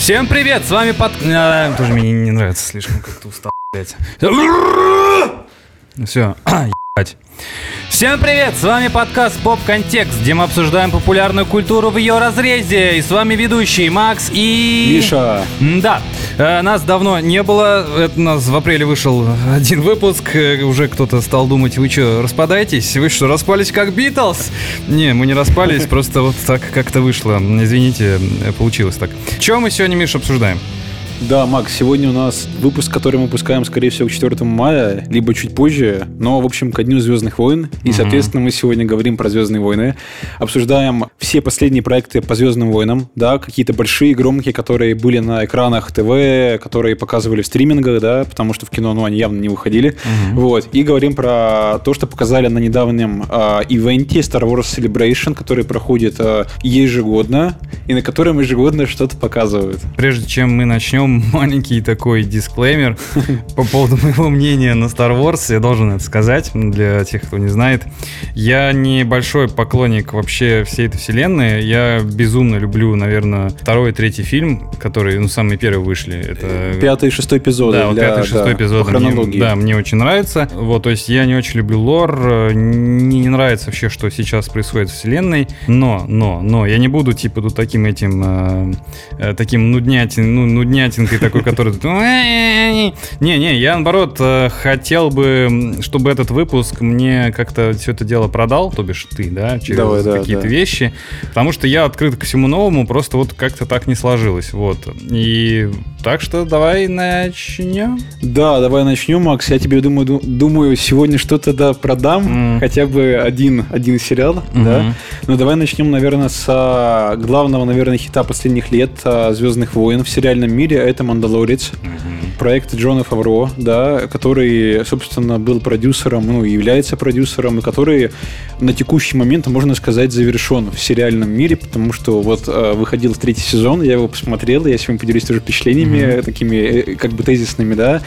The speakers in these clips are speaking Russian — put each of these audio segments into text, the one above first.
Всем привет, с вами Тоже мне не нравится, слишком как-то устал, блядь. Все, ебать. Всем привет, с вами подкаст «Поп Контекст», где мы обсуждаем популярную культуру в ее разрезе. И с вами ведущие Макс и... Миша. Да, нас давно не было, у нас в апреле вышел один выпуск, уже кто-то стал думать, вы что, распадаетесь? Вы что, распались как Битлз? Не, мы не распались, просто вот так как-то вышло, извините, получилось так. Что мы сегодня, Миша, обсуждаем? Да, Макс, сегодня у нас выпуск, который мы выпускаем, скорее всего, к 4 мая, либо чуть позже, но, в общем, ко Дню Звездных войн. И, соответственно, мы сегодня говорим про Звездные войны, обсуждаем все последние проекты по Звездным войнам, да, какие-то большие, громкие, которые были на экранах ТВ, которые показывали в стримингах, да, потому что в кино, они явно не выходили. Вот. И говорим про то, что показали на недавнем ивенте Star Wars Celebration, который проходит ежегодно, и на котором ежегодно что-то показывают. Прежде чем мы начнем, маленький такой дисклеймер по поводу моего мнения на Star Wars. Я должен это сказать для тех, кто не знает. Я не большой поклонник вообще всей этой вселенной. Я безумно люблю, наверное, второй и третий фильм, которые, самые первые вышли. Это 5 и 6 эпизоды. Да, вот 5 и 6 эпизод. Мне очень нравится. Вот, то есть я не очень люблю лор. Не нравится вообще, что сейчас происходит в вселенной. Но я не буду, тут таким нуднятинкой такой, который... Не, я, наоборот, хотел бы, чтобы этот выпуск мне как-то все это дело продал, то бишь ты, да, через какие-то вещи, потому что я открыт ко всему новому, просто вот как-то так не сложилось, вот. И так что давай начнем. Да, давай начнем, Макс. Я тебе, думаю, сегодня что-то, продам, хотя бы один сериал, да. Но давай начнем, наверное, с главного, наверное, хита последних лет «Звездных войн» в сериальном мире. Это «Мандалорец», проект Джона Фавро, да, который, собственно, был продюсером, и является продюсером, и который на текущий момент, можно сказать, завершен в сериальном мире, потому что вот выходил 3-й сезон, я его посмотрел, я сегодня поделюсь тоже впечатлениями, такими, как бы тезисными, да,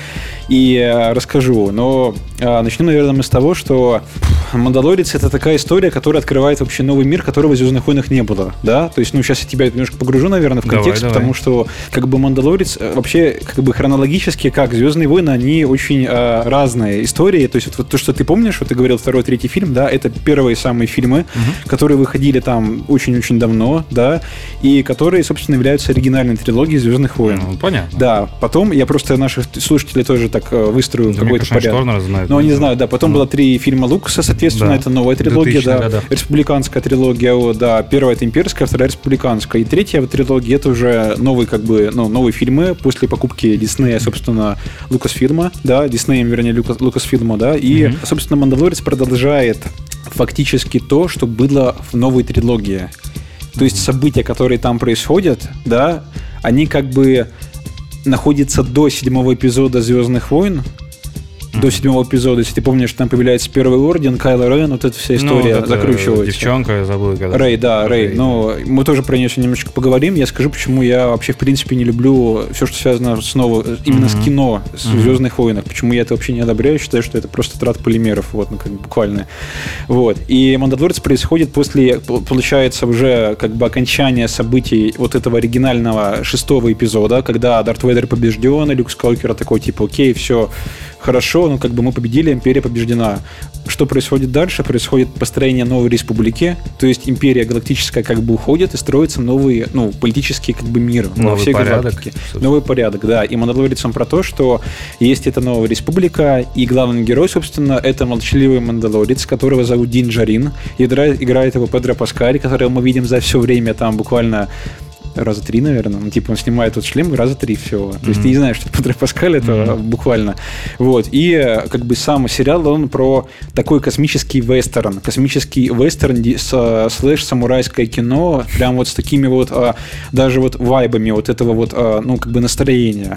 и расскажу. Но начнем, наверное, мы с того, что «Мандалорец» — это такая история, которая открывает вообще новый мир, которого в «Звездных войнах» не было, да, то есть, сейчас я тебя немножко погружу, наверное, в контекст, потому что, «Мандалорец» вообще, хронологически, как «Звездные войны», они очень разные истории, то есть, вот то, что ты помнишь, вот ты говорил, 2-й, 3-й фильм, да, это первые самые фильмы, которые выходили там очень-очень давно, да, и которые, собственно, являются оригинальной трилогией «Звездных войн». Понятно. Да, потом, я просто наших слушателей тоже так выстрою какой-то порядок. Они знают, да, потом было 3 фильма Лукаса, соответственно, это новая трилогия, да, республиканская трилогия, да, первая — это имперская, вторая — республиканская, и третья трилогия — это уже новые, новые фильмы после покупки Диснея, собственно, Лукасфилма, да, Диснеем, вернее, Лукасфилма, да, и, собственно, «Мандалорец» продолжает фактически то, что было в новой трилогии. То есть события, которые там происходят, да, они находятся до 7-го эпизода «Звездных войн», до 7-го эпизода, если ты помнишь, там появляется Первый Орден, Кайло Рен, вот эта вся история закручивается. Девчонка, я забыл. Рэй. Но мы тоже про нее сегодня немножечко поговорим. Я скажу, почему я вообще, в принципе, не люблю все, что связано именно с кино, с «Звездных войнах». Почему я это вообще не одобряю, считаю, что это просто трат полимеров, буквально. Вот. И «Мандалорец» происходит после, получается, уже окончания событий вот этого оригинального 6-го эпизода, когда Дарт Вейдер побежден, и Люк Скайуокер такой, окей, все хорошо, мы победили, империя побеждена. Что происходит дальше? Происходит построение новой республики, то есть империя галактическая уходит и строится новый, политический мир во всей галактике. Новый порядок, да. И «Мандалорец» про то, что есть эта новая республика, и главный герой, собственно, это молчаливый мандалорец, которого зовут Дин Джарин. И играет его Педро Паскаль, которого мы видим за все время там буквально раза 3, наверное. Он снимает этот шлем раза 3 всего. То есть ты не знаешь, что Педро Паскаль это буквально. Вот. И сам сериал, он про такой космический вестерн. Космический вестерн слэш самурайское кино, прям с такими даже вайбами этого настроения.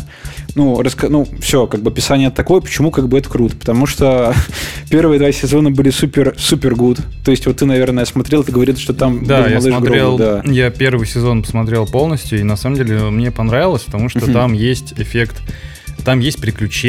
Все, описание такое. Почему это круто? Потому что первые 2 сезона были супер гуд. То есть ты, наверное, смотрел, ты говорил, что там был я смотрел, Гроу, да. Я первый сезон посмотрел полностью, и на самом деле мне понравилось, потому что там есть эффект, там есть приключения,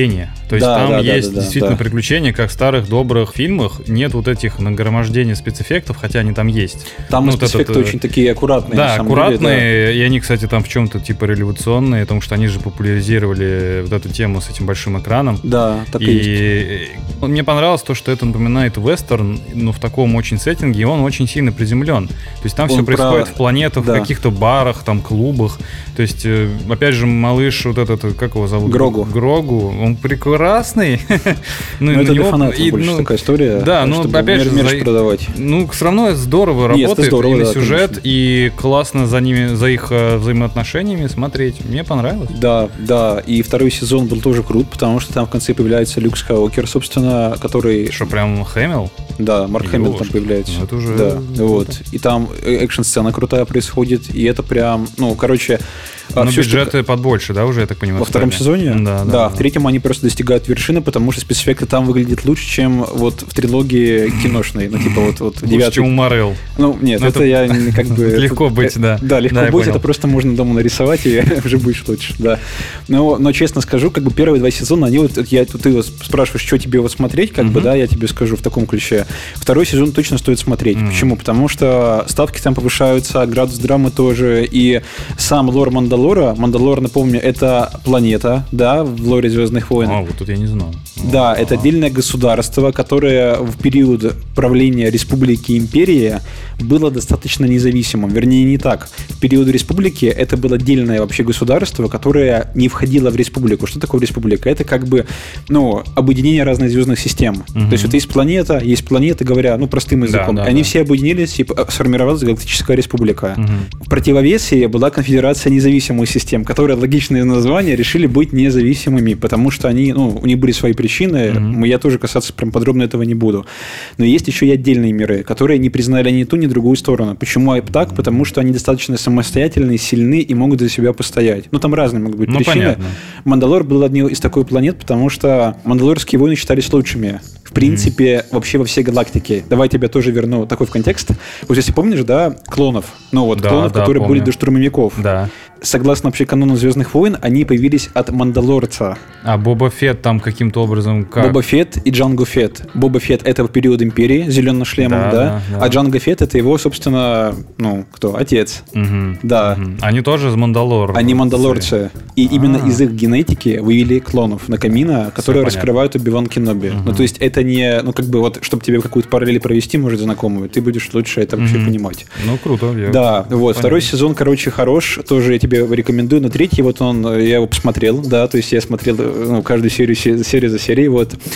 То есть там есть действительно приключения, как в старых добрых фильмах. Нет вот этих нагромождений спецэффектов, хотя они там есть. Там спецэффекты очень такие аккуратные. Да, аккуратные. И они, кстати, там в чем-то типа революционные, потому что они же популяризировали вот эту тему с этим большим экраном. Да, так и есть. Мне понравилось то, что это напоминает вестерн, но в таком очень сеттинге, и он очень сильно приземлен. То есть там все происходит в планетах, в каких-то барах, там, клубах. То есть, опять же, малыш вот этот, как его зовут? Грогу. Он прекрасный. Ну, это для фанатов больше такая история. Да, но опять же, продавать. Ну, все равно здорово работает, и сюжет, и классно за ними, за их взаимоотношениями смотреть. Мне понравилось. Да. И второй сезон был тоже крут, потому что там в конце появляется Люк Скайуокер, собственно, который... Что, прям Хэмилл? Да, Марк Хэмилл там появляется. Ну, это уже... Да, вот. И там экшн-сцена крутая происходит, и это прям, короче... Но бюджеты подбольше, да, уже, я так понимаю? Во втором сезоне? Да. В третьем они просто достигают вершины, потому что спецэффекты там выглядят лучше, чем вот в трилогии киношной. Ну, типа вот лучше, чем у Марвел. Ну, нет, это я как бы... Легко быть, да. Да, легко быть, это просто можно дома нарисовать, и уже будешь лучше, да. Но честно скажу, как бы первые 2 сезона, они вот, ты спрашиваешь, что тебе вот смотреть, как бы, да, я тебе скажу в таком ключе. Второй сезон точно стоит смотреть. Почему? Потому что ставки там повышаются, градус драмы тоже, и сам лор Мандалор, напомню, это планета, да, в лоре «Звездных войн». Вот тут я не знал. Да, это отдельное государство, которое в период правления Республики и Империи было достаточно независимым. Вернее, не так. В период Республики это было отдельное вообще государство, которое не входило в Республику. Что такое Республика? Это как бы, объединение разных звездных систем. То есть вот есть планеты, говоря, простым языком. Они все объединились, и сформировалась Галактическая Республика. В противовесе была Конфедерация независимых систем, которые, логичное название, решили быть независимыми, потому что они, у них были свои причины. Я тоже касаться прям подробно этого не буду. Но есть еще и отдельные миры, которые не признали ни ту, ни другую сторону. Почему так? Потому что они достаточно самостоятельные, сильны и могут за себя постоять. Там разные могут быть причины. Понятно. Мандалор был одной из такой планет, потому что мандалорские войны считались лучшими. В принципе, вообще во всей галактике. Давай тебя тоже верну такой в контекст. Вот если помнишь, клонов. Клонов, которые помню. были до штурмовиков. Да. Согласно вообще канону «Звездных войн», они появились от Мандалорца. А Боба Фетт там каким-то образом как? Боба Фетт и Джанго Фетт. Боба Фетт — это в период Империи, зеленошлемом, да? А Джанго Фетт — это его, собственно, кто? Отец. Да. Они тоже из Мандалора. Они мандалорцы. И именно из их генетики вывели клонов Накамина, которые раскрывают Оби-Ван Кеноби. То есть это не, чтобы тебе какую-то параллель провести, может, знакомую, ты будешь лучше это вообще понимать. Круто. Да, второй сезон, хорош, тоже я тебе рекомендую. Но третий, я его посмотрел, да, то есть я смотрел каждую серию за серией,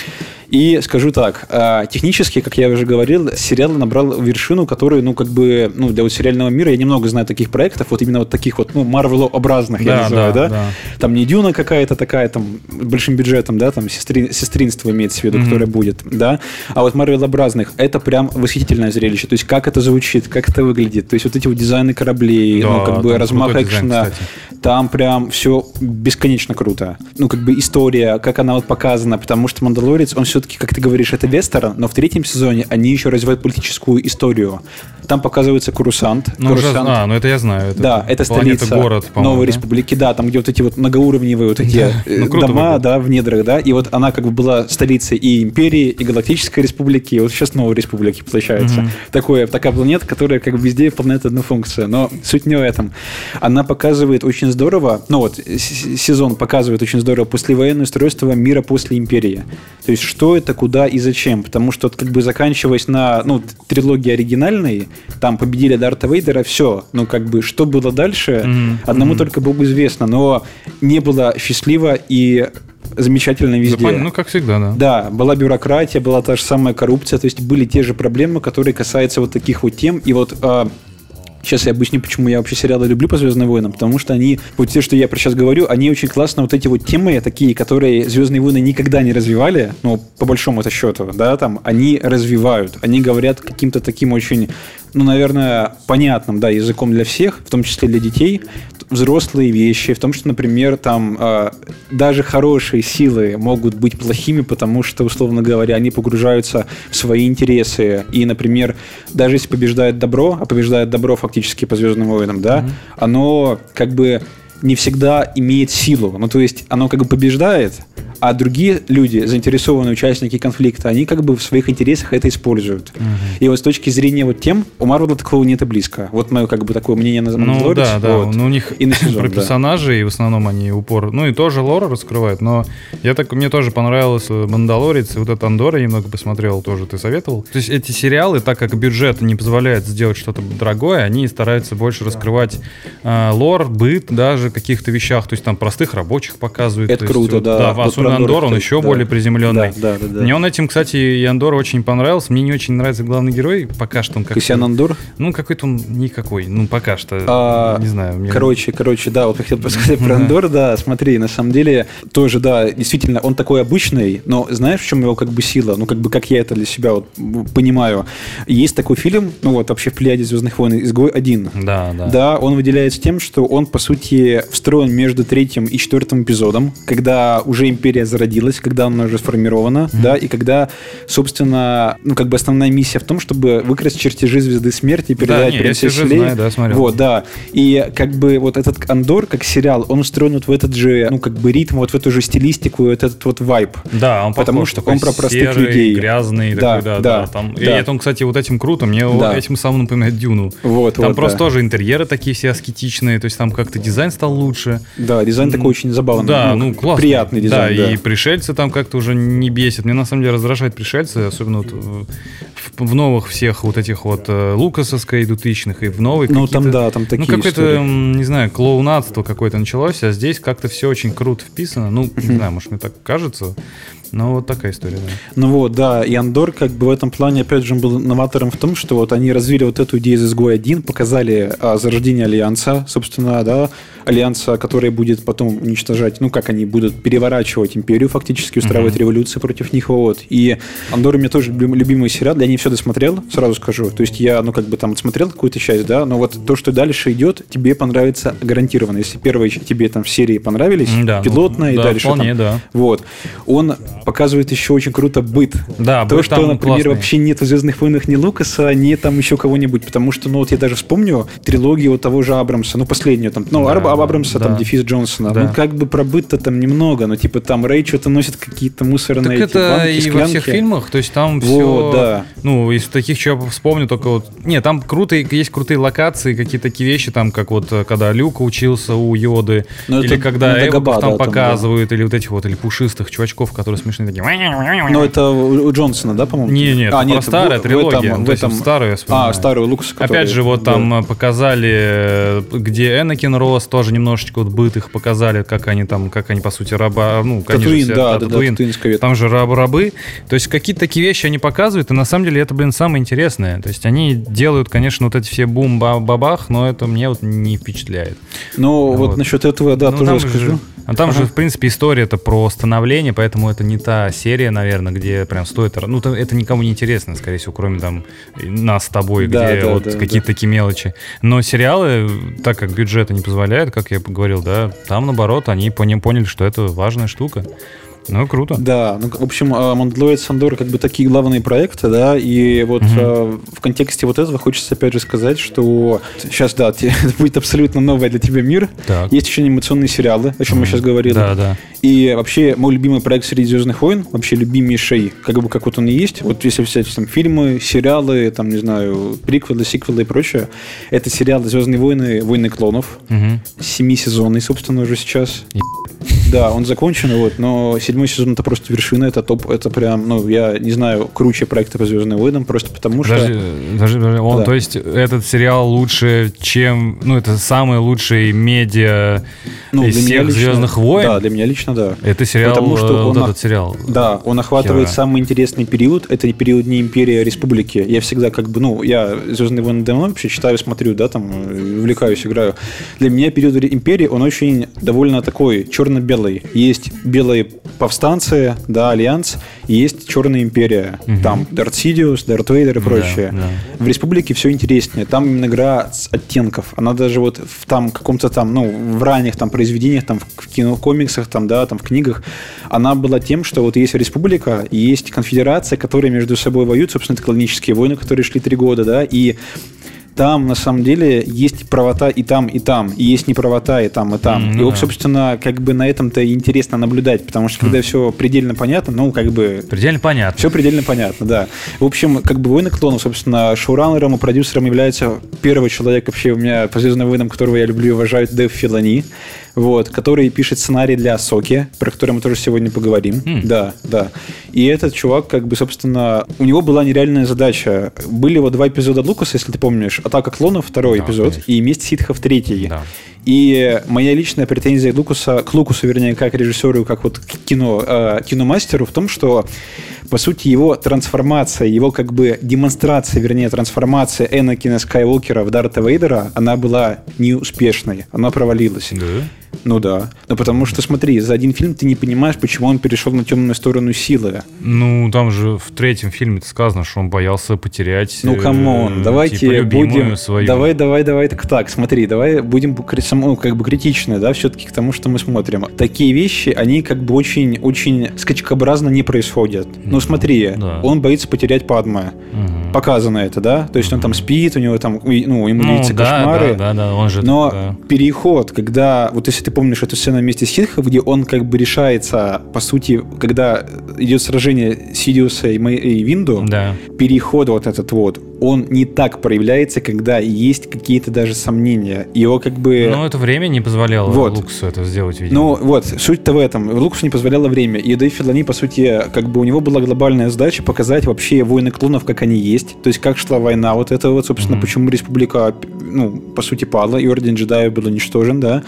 И скажу так, технически, как я уже говорил, сериал набрал вершину, которую, для сериального мира, я немного знаю таких проектов, именно таких Марвелообразных, я называю, да? Там не Дюна какая-то такая, там, большим бюджетом, да, там, сестринство имеется в виду, которое будет, да? А Марвелообразных, это прям восхитительное зрелище, то есть как это звучит, как это выглядит, то есть эти дизайны кораблей, размах экшена, там прям все бесконечно круто. История, как она показана, потому что «Мандалорец», он все-таки, как ты говоришь, это вестерн, но в третьем сезоне они еще развивают политическую историю. Там показывается Курусант. Это я знаю. Это столица новой республики, да, там где эти многоуровневые дома, да, в недрах, да, и она была столицей и империи, и Галактической республики, и сейчас новой республики получается. Такая планета, которая везде выполняет одну функцию, но суть не в этом. Она показывает очень здорово, сезон показывает очень здорово послевоенное устройство мира после империи. То есть, что это, куда и зачем. Потому что, заканчиваясь на трилогии оригинальной, там победили Дарта Вейдера, все. Что было дальше, одному только Богу известно. Но не было счастливо и замечательно везде. Как всегда, да. Да, была бюрократия, была та же самая коррупция, то есть были те же проблемы, которые касаются таких тем. И сейчас я объясню, почему я вообще сериалы люблю по «Звездным войнам», потому что они, те, что я сейчас говорю, они очень классно, эти темы такие, которые «Звездные войны» никогда не развивали, по большому-то счету, да, там, они развивают, они говорят каким-то таким очень, наверное, понятным, да, языком для всех, в том числе для детей, взрослые вещи, в том, что, например, там даже хорошие силы могут быть плохими, потому что, условно говоря, они погружаются в свои интересы. И, например, даже если побеждает добро, а побеждает добро фактически по «Звездным войнам», да, оно не всегда имеет силу. Ну, то есть, оно как бы побеждает, а другие люди, заинтересованные участники конфликта, они как бы в своих интересах это используют. И вот с точки зрения вот тем, у Марвела такого нет и близко. Вот мое как бы такое мнение на Мандалорец. Ну, да, вот. но у них и на сезон, про персонажей, в основном они упор... Ну, и тоже лор раскрывают, но мне тоже понравилось Мандалорец, и вот это Андора я немного посмотрел, тоже ты советовал. То есть эти сериалы, так как бюджет не позволяет сделать что-то дорогое, они стараются больше раскрывать лор, быт, даже в каких-то вещах, то есть там простых рабочих показывают. Это круто, есть, да. Да, особенно Андор, он еще более приземленный. Да. Мне он этим, кстати, и Андор очень понравился. Мне не очень нравится главный герой, пока что он как-то... Кассиан Андор? Ну, какой-то он никакой, ну, пока что, не знаю. Мне... Короче, да, вот хотел сказать про Андор, да, смотри, на самом деле, тоже, да, действительно, он такой обычный, но знаешь, в чем его как бы сила? Ну, как бы, как я это для себя вот понимаю. Есть такой фильм, ну, вот, вообще в плеяде «Звездных войн» «Изгой 1». Да. Да, он выделяется тем, что он, по сути, встроен между 3-м и 4-м эпизодом, когда уже империя зародилась, когда она уже сформирована, да, и когда, собственно, ну, как бы основная миссия в том, чтобы выкрасть чертежи Звезды Смерти и передать принцессе Лее. Да, смотрел. Вот, да. И как бы вот этот Андор, как сериал, он устроен вот в этот же, ну, как бы ритм, вот в эту же стилистику, вот этот вот вайб. Да, он потому похож, что он про простых серый, людей. Грязный, да, такой, да. Там, да. И это он, кстати, вот этим круто, мне этим самым напоминает Дюну. Вот, там просто тоже интерьеры такие все аскетичные, то есть там как-то дизайн стал лучше. Да, дизайн такой очень забавный. Да, ну классный. Приятный дизайн, да. И пришельцы там как-то уже не бесят. Мне на самом деле раздражают пришельцы, особенно вот в новых всех вот этих вот лукасовской 2000-х и в новой ну там, да, там такие какое-то, истории. Не знаю, клоунадство какое-то началось, а здесь как-то все очень круто вписано. Ну, не знаю, может, мне так кажется. Ну, вот такая история, да. Ну вот, да, и Андор как бы в этом плане, опять же, был новатором в том, что вот они развили вот эту идею из «Изгоя 1», показали зарождение Альянса, собственно, да, Альянса, который будет потом уничтожать, ну, как они будут переворачивать империю, фактически устраивать революцию против них, вот. И Андор у меня тоже любимый сериал, я не все досмотрел, сразу скажу, то есть я, ну, как бы там смотрел какую-то часть, да, но вот то, что дальше идет, тебе понравится гарантированно. Если первые тебе там в серии понравились, да, пилотная, ну, и дальше вполне, там, да. Вот. Он показывает еще очень круто быт. Да, то, что, например, классный. вообще нет в «Звездных войнах» ни Лукаса, ни там еще кого-нибудь, потому что, ну, вот я даже вспомню трилогию того же Абрамса, ну, последнюю там, ну, Абрамса, там, дефис Джонсона, ну, как бы про быт-то там немного, но, типа, там Рэй что-то носит какие-то мусорные так это банки, и склянки. во всех фильмах, то есть там вот, все, да. Ну, из таких, что я вспомню, только вот, не, там есть крутые локации, какие-то такие вещи, там, как вот, когда Люк учился у Йоды, но или это, когда Эвоков там показывают, да. или вот этих вот, или пушистых чувачков, которые смешные такие. Ну, это у Джонсона, да, по-моему? Нет, про старая трилогия. В этом старую я вспоминаю. Старую Лукаса. Опять же, вот там показали, где Энакин рос, тоже немножечко вот быт их показали, как они, по сути, раба, ну, Татуин, Татуин. Там же рабы. То есть какие-то такие вещи они показывают, и на самом деле это, самое интересное. То есть они делают, конечно, вот эти все бум-бабах, но это мне вот не впечатляет. Ну, вот насчет этого, да, тоже расскажу. А там же, в принципе, история это про становление, поэтому это не та серия, наверное, где прям стоит... Ну, это никому не интересно, скорее всего, кроме там нас с тобой, где вот какие-то такие мелочи. Но сериалы, так как бюджета не позволяет, как я говорил, да, там, наоборот, они поняли, что это важная штука. Ну, круто. Да, ну, в общем, «Мандалорец», «Андор» как бы такие главные проекты, да, и вот в контексте вот этого хочется опять же сказать, что сейчас, да, будет абсолютно новый для тебя мир. Так. Есть еще анимационные сериалы, о чем мы сейчас говорили. Да. И вообще мой любимый проект среди «Звездных войн», вообще любимейший, как вот он и есть, вот если взять там фильмы, сериалы, там, не знаю, приквелы, сиквелы и прочее, это сериал «Звездные войны. Войны клонов», 7-сезонный, собственно, уже сейчас. Да, он закончен, вот, но 7-й сезон это просто вершина, это топ, это прям, ну, я не знаю, круче проекта по «Звездным войнам», просто потому что... Подожди, да. То есть этот сериал лучше, чем, ну, это самый лучший медиа из всех лично, «Звездных войн»? Да, для меня лично, да. Это сериал, потому что вот этот сериал. Да, он охватывает самый интересный период, это период не империи, а республики. Я всегда как бы, ну, я «Звездные войны» давно вообще читаю, смотрю, да, там, увлекаюсь, играю. Для меня период империи, он очень довольно такой черно-белый. Есть белые повстанцы, да, Альянс, и есть Черная империя. Там Дарт Сидиус, Дарт Вейдер и прочее. Да. В республике все интереснее. Там именно игра с оттенков. Она даже вот в там каком-то там, ну, в ранних там произведениях, там в кинокомиксах, там, да, там в книгах, она была тем, что вот есть республика и есть конфедерация, которые между собой воюют, собственно, это колонические войны, которые шли 3 года, да, и там на самом деле есть правота и там, и там, и есть неправота и там, и там. И вот, собственно, как бы на этом-то и интересно наблюдать, потому что когда все предельно понятно, ну, как бы... Предельно понятно. Все предельно понятно, да. В общем, как бы «Войны клонов», собственно, шоураннером и продюсером является первый человек вообще у меня по «Звездным войнам», которого я люблю и уважаю, Дэйв Филони, вот, который пишет сценарий для Ахсоки, про который мы тоже сегодня поговорим. Да. И этот чувак, как бы, собственно, у него была нереальная задача. Были вот 2 эпизода Лукаса, если ты помнишь, «Атака клонов» 2 эпизод, конечно. И «Месть ситхов» 3. Да. И моя личная претензия к Лукасу, вернее, как режиссеру, как вот киномастеру в том, что, по сути, его трансформация, его как бы демонстрация, вернее, трансформация Энакина Скайуокера в Дарта Вейдера, она была неуспешной, она провалилась. Да? Ну да. Ну потому что, смотри, за один фильм ты не понимаешь, почему он перешел на темную сторону силы. Ну, там же в 3 фильме сказано, что он боялся потерять. Ну, камон, давайте типа, будем... свою. Давай, так, смотри, давай будем как бы критичны, да, все-таки к тому, что мы смотрим. Такие вещи, они как бы очень скачкообразно не происходят. Ну, смотри, он боится потерять Падме. Показано это, да? То есть он там спит, у него там, ну, ему видятся кошмары. Да, он же... Но переход, когда, вот если ты помнишь эту сцену вместе с Ситхом, где он как бы решается, по сути, когда идет сражение Сидиуса и Винду, переход вот этот вот, он не так проявляется, когда есть какие-то даже сомнения. Его как бы... Ну, это время не позволяло Лукасу это сделать, видимо. Ну, вот, суть-то в этом. Лукасу не позволяло время. И Дэйв Филони, по сути, как бы у него была глобальная задача показать вообще «Войны клонов», как они есть. То есть, как шла война вот это вот, собственно, почему Республика, ну, по сути, падла, и Орден Джедаев был уничтожен, да.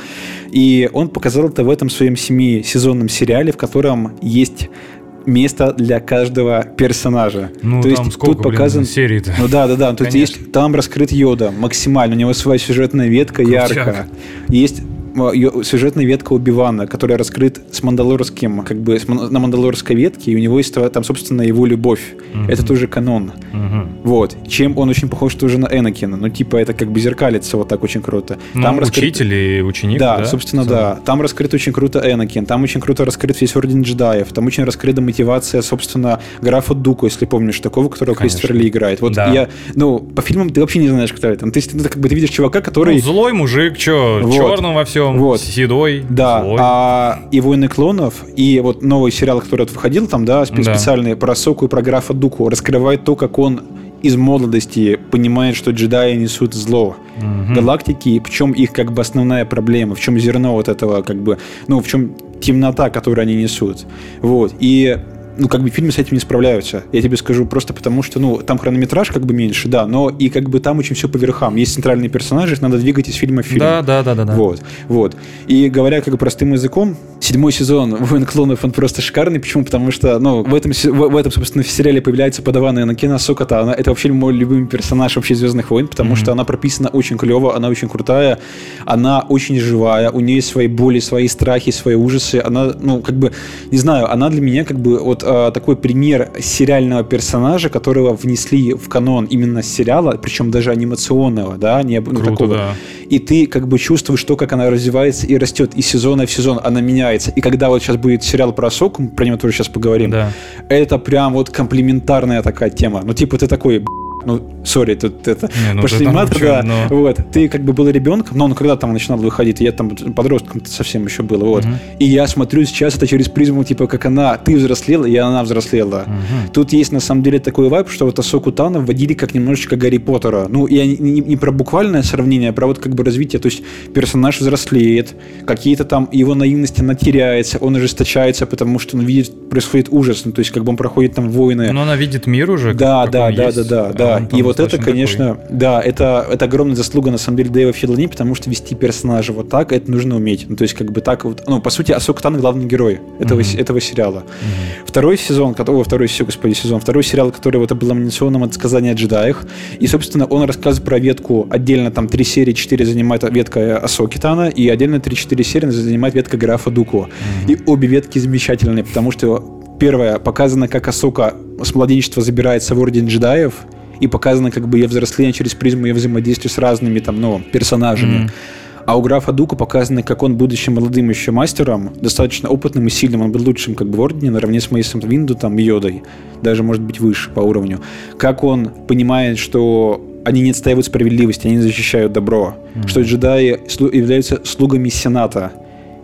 И он показал это в этом своем 7-сезонном сериале, в котором есть место для каждого персонажа. Ну, то там есть сколько, тут показан серий-то? Ну да. То есть есть, там раскрыт Йода максимально. У него своя сюжетная ветка яркая. Есть сюжетная ветка Оби-Вана, которая раскрыт с мандалорским, как бы на мандалорской ветке, и у него есть там, собственно, его любовь. Это тоже канон. Вот. Чем он очень похож тоже на Энакина. Ну, типа, это как бы зеркалится вот так очень круто. Ну, там учитель и ученик, да? Собственно, да. Там раскрыт очень круто Энакин, там очень круто раскрыт весь Орден Джедаев, там очень раскрыта мотивация, собственно, графа Дуку, если помнишь, такого, которого Кристофер Ли играет. Вот я, ну, по фильмам ты вообще не знаешь, кто это. То есть, ты как бы ты видишь чувака, который... Ну, злой мужик, черным во всем. Вот. Седой, да, злой. И «Войны клонов», и вот новый сериал, который выходил там, да, специальный про Ахсоку и про графа Дуку, раскрывает то, как он из молодости понимает, что джедаи несут зло галактики, в чем их как бы основная проблема, в чем зерно вот этого как бы, ну, в чем темнота, которую они несут. Вот, и... Ну, как бы фильмы с этим не справляются. Я тебе скажу просто потому, что, ну, там хронометраж как бы меньше, да, но и как бы там очень все по верхам. Есть центральные персонажи, их надо двигать из фильма в фильм. Да. Вот. И говоря как бы простым языком, 7 сезон «Войн клонов», он просто шикарный. Почему? Потому что, ну, в этом, собственно, в сериале появляется подаван Энакина Ахсока Тано. Это вообще мой любимый персонаж вообще «Звездных войн», потому что она прописана очень клево, она очень крутая, она очень живая, у нее есть свои боли, свои страхи, свои ужасы. Она, ну, как бы, не знаю, она для меня как бы вот такой пример сериального персонажа, которого внесли в канон именно сериала, причем даже анимационного, да, не круто, такого. Да. И ты как бы чувствуешь то, как она развивается и растет из сезона в сезон, она меняется. И когда вот сейчас будет сериал про Ахсоку, про него тоже сейчас поговорим, это прям вот комплементарная такая тема. Ну, типа ты такой... Ну, сори, тут это пошли маты, да. Но... Вот. Ты как бы был ребенком, но он когда там начинал выходить, я там подростком совсем еще был, вот. И я смотрю сейчас это через призму, типа, как ты взрослела, и она взрослела. Тут есть на самом деле такой вайб, что вот Ахсоку Тано вводили как немножечко Гарри Поттера. Ну, я не про буквальное сравнение, а про вот как бы развитие. То есть персонаж взрослеет, какие-то там его наивности она теряется, он ожесточается, потому что он видит, происходит ужас. Ну, то есть как бы он проходит там войны. Но она видит мир уже. Да. И вот это, конечно, такой. Да, это огромная заслуга, на самом деле, Дэйва Филони, потому что вести персонажа вот так, это нужно уметь. Ну, то есть, как бы так вот, ну, по сути, Ахсока Тано главный герой этого сериала. Второй сезон, второй сериал, который вот об ламинационном отсказании о джедаях, и, собственно, он рассказывает про ветку, отдельно там 3 серии, 4 занимает ветка Ахсоки Тано, и отдельно 3-4 серии занимает ветка графа Дуку. И обе ветки замечательные, потому что первая показана, как Ахсока с младенчества забирается в Орден Джедаев, и показано как бы ее взросление через призму ее взаимодействия с разными там, ну, персонажами. А у графа Дука показано, как он, будучи молодым еще мастером, достаточно опытным и сильным, он был лучшим как бы в Ордене, наравне с Мейсом Винду там, и Йодой, даже может быть выше по уровню. Как он понимает, что они не отстаивают справедливость, они не защищают добро. Что джедаи являются слугами Сената.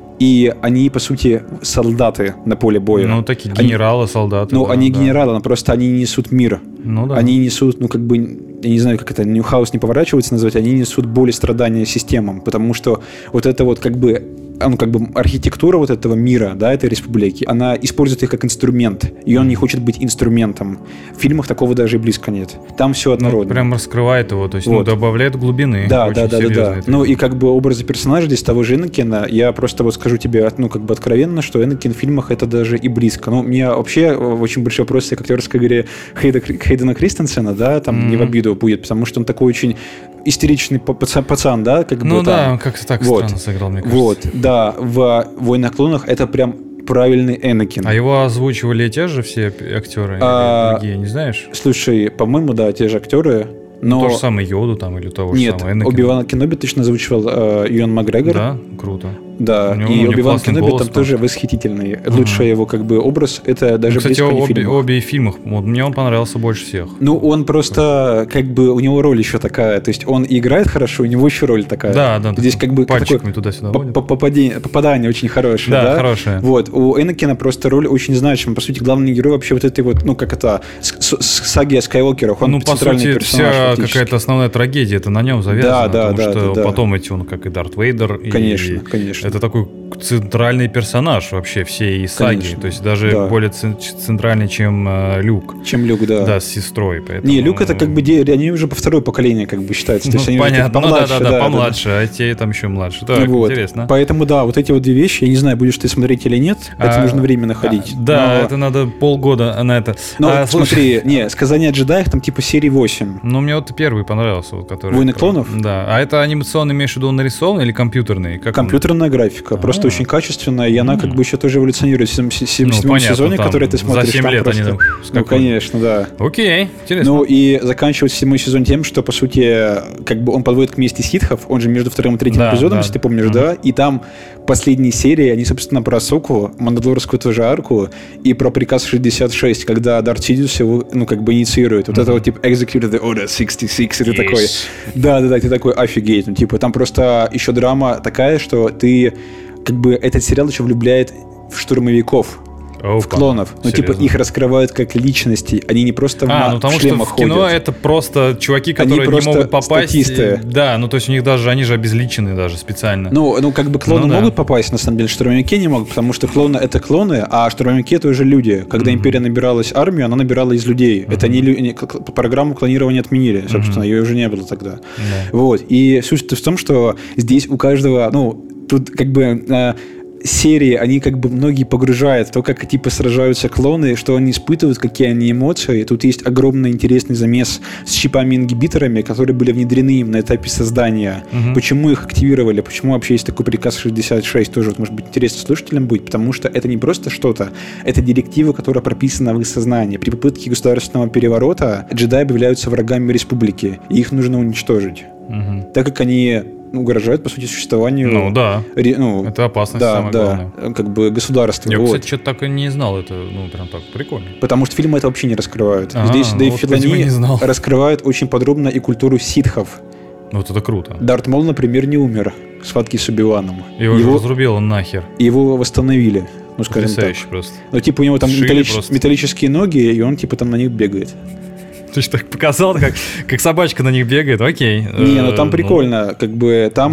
И они, по сути, солдаты на поле боя. Ну, такие генералы, солдаты. Ну, они генералы, но просто они несут мир. Ну, да. Они несут, ну, как бы, я не знаю, как это, Ньюхаус не поворачивается назвать, они несут боль и страдания системам, потому что вот это вот, как бы, ну, как бы архитектура вот этого мира, да, этой республики, она использует их как инструмент, и он не хочет быть инструментом. В фильмах такого даже и близко нет. Там все однородно. Ну, прям раскрывает его, то есть, вот. ну, добавляет глубины. Да. Ну, и как бы образы персонажей здесь того же Энакина, я просто вот скажу тебе, ну, как бы откровенно, что Энакин в фильмах это даже и близко. Ну, у меня вообще очень большой вопрос к актерской игре Хейдена Кристенсена, да, там не в обиду будет, потому что он такой очень истеричный пацан, да, как ну бы да, там. Он как-то так вот. Странно сыграл, мне кажется. Вот, да, в «Войнах клонов» это прям правильный Энакин. А его озвучивали те же все актеры или другие, не знаешь? Слушай, по-моему, да, те же актеры. Но... То же самое Йоду там или того же самого Энакина. Нет, Оби-Вана Кеноби точно озвучивал Юэн Макгрегор. Да, круто. Да, и Оби-Ван Кеноби там тоже восхитительный. Лучший его как бы образ, это даже кстати, близко не в фильмах. обе фильмах, вот, мне он понравился больше всех. Ну, он просто, как бы, у него роль еще такая, то есть он играет хорошо, у него еще роль такая. Да. Здесь как бы пальчиками туда-сюда попадание очень хорошее, да? хорошее. Вот, у Энакина просто роль очень значимая, по сути, главный герой вообще вот этой вот, ну, как это, саги о Скайуокерах, он центральный персонаж. Ну, по сути, вся какая-то основная трагедия, это на нем завязано, потому что да. потом идти он как и Дарт Вейдер. Конечно. Это такой центральный персонаж вообще всей саги. Конечно. То есть даже более центральный, чем Люк. Чем Люк, да. Да, с сестрой. Поэтому... Не, Люк это как бы они уже по второе поколение как бы считаются. То есть они понятно, уже помладше, помладше, а те там еще младше. Так, вот. Интересно. Поэтому да, вот эти вот две вещи, я не знаю, будешь ты смотреть или нет, это нужно время находить. Да, это надо полгода на это. Но смотри, «Сказание о джедаях» там типа серии 8. Ну, мне вот первый понравился, вот, который... «Войны клонов»? Да. А это анимационный, имеешь в виду, нарисованный или компьютерный? Компьютерная графика, просто очень качественная, и она как бы еще тоже эволюционирует в седьмом сезоне, который ты смотришь. За 7 лет просто... они там... Ну, конечно, да. Окей, интересно. Ну, и заканчивается седьмой сезон тем, что, по сути, как бы он подводит к мести ситхов, он же между вторым и третьим эпизодом, если ты помнишь, да? И там последние серии, они, собственно, про Ahsoку, мандалорскую тоже арку, и про приказ 66, когда Дарт Сидиус его, ну, как бы инициирует. Вот это вот, типа, Execute the Order 66, и ты такой... Да, ты такой, офигеть. Ну, типа, там просто еще драма такая, что ты... Как бы этот сериал еще влюбляет в штурмовиков. В клонов. Ну, типа, их раскрывают как личностей. Они не просто в шлемах ходят. В кино это просто чуваки, которые не могут попасть. Статисты. Да, ну то есть у них даже, они же обезличены даже специально. Ну как бы клоны могут попасть, на самом деле, штурмовики не могут, потому что клоны это клоны, а штурмовики это уже люди. Когда империя набиралась армию, она набирала из людей. Это не программу клонирования отменили, собственно, ее уже не было тогда. Вот. И суть в том, что здесь у каждого, ну, тут как бы... серии, они как бы многие погружают в то, как типа сражаются клоны, что они испытывают, какие они эмоции. Тут есть огромный интересный замес с чипами-ингибиторами, которые были внедрены им на этапе создания. Почему их активировали, почему вообще есть такой приказ 66, тоже, вот, может быть, интересно слушателям будет, потому что это не просто что-то, это директива, которая прописана в их сознании. При попытке государственного переворота джедаи объявляются врагами республики, и их нужно уничтожить. Так как они угрожают, по сути, существованию... Ну, да. Это опасность самое главное. Как бы государство. Я, кстати, что-то так и не знал. Это, ну, прям так прикольно. Потому что фильмы это вообще не раскрывают. Здесь Дэйв Филони раскрывает очень подробно и культуру ситхов. Вот это круто. Дарт Мол, например, не умер в схватке с Оби-Ваном. Его разрубило нахер. Его восстановили. Ну, скажем так. Просто. Ну, типа, у него там металлические ноги, и он, типа, там на них бегает. Ты же так показал, как собачка на них бегает, окей. Не, ну там прикольно, как бы там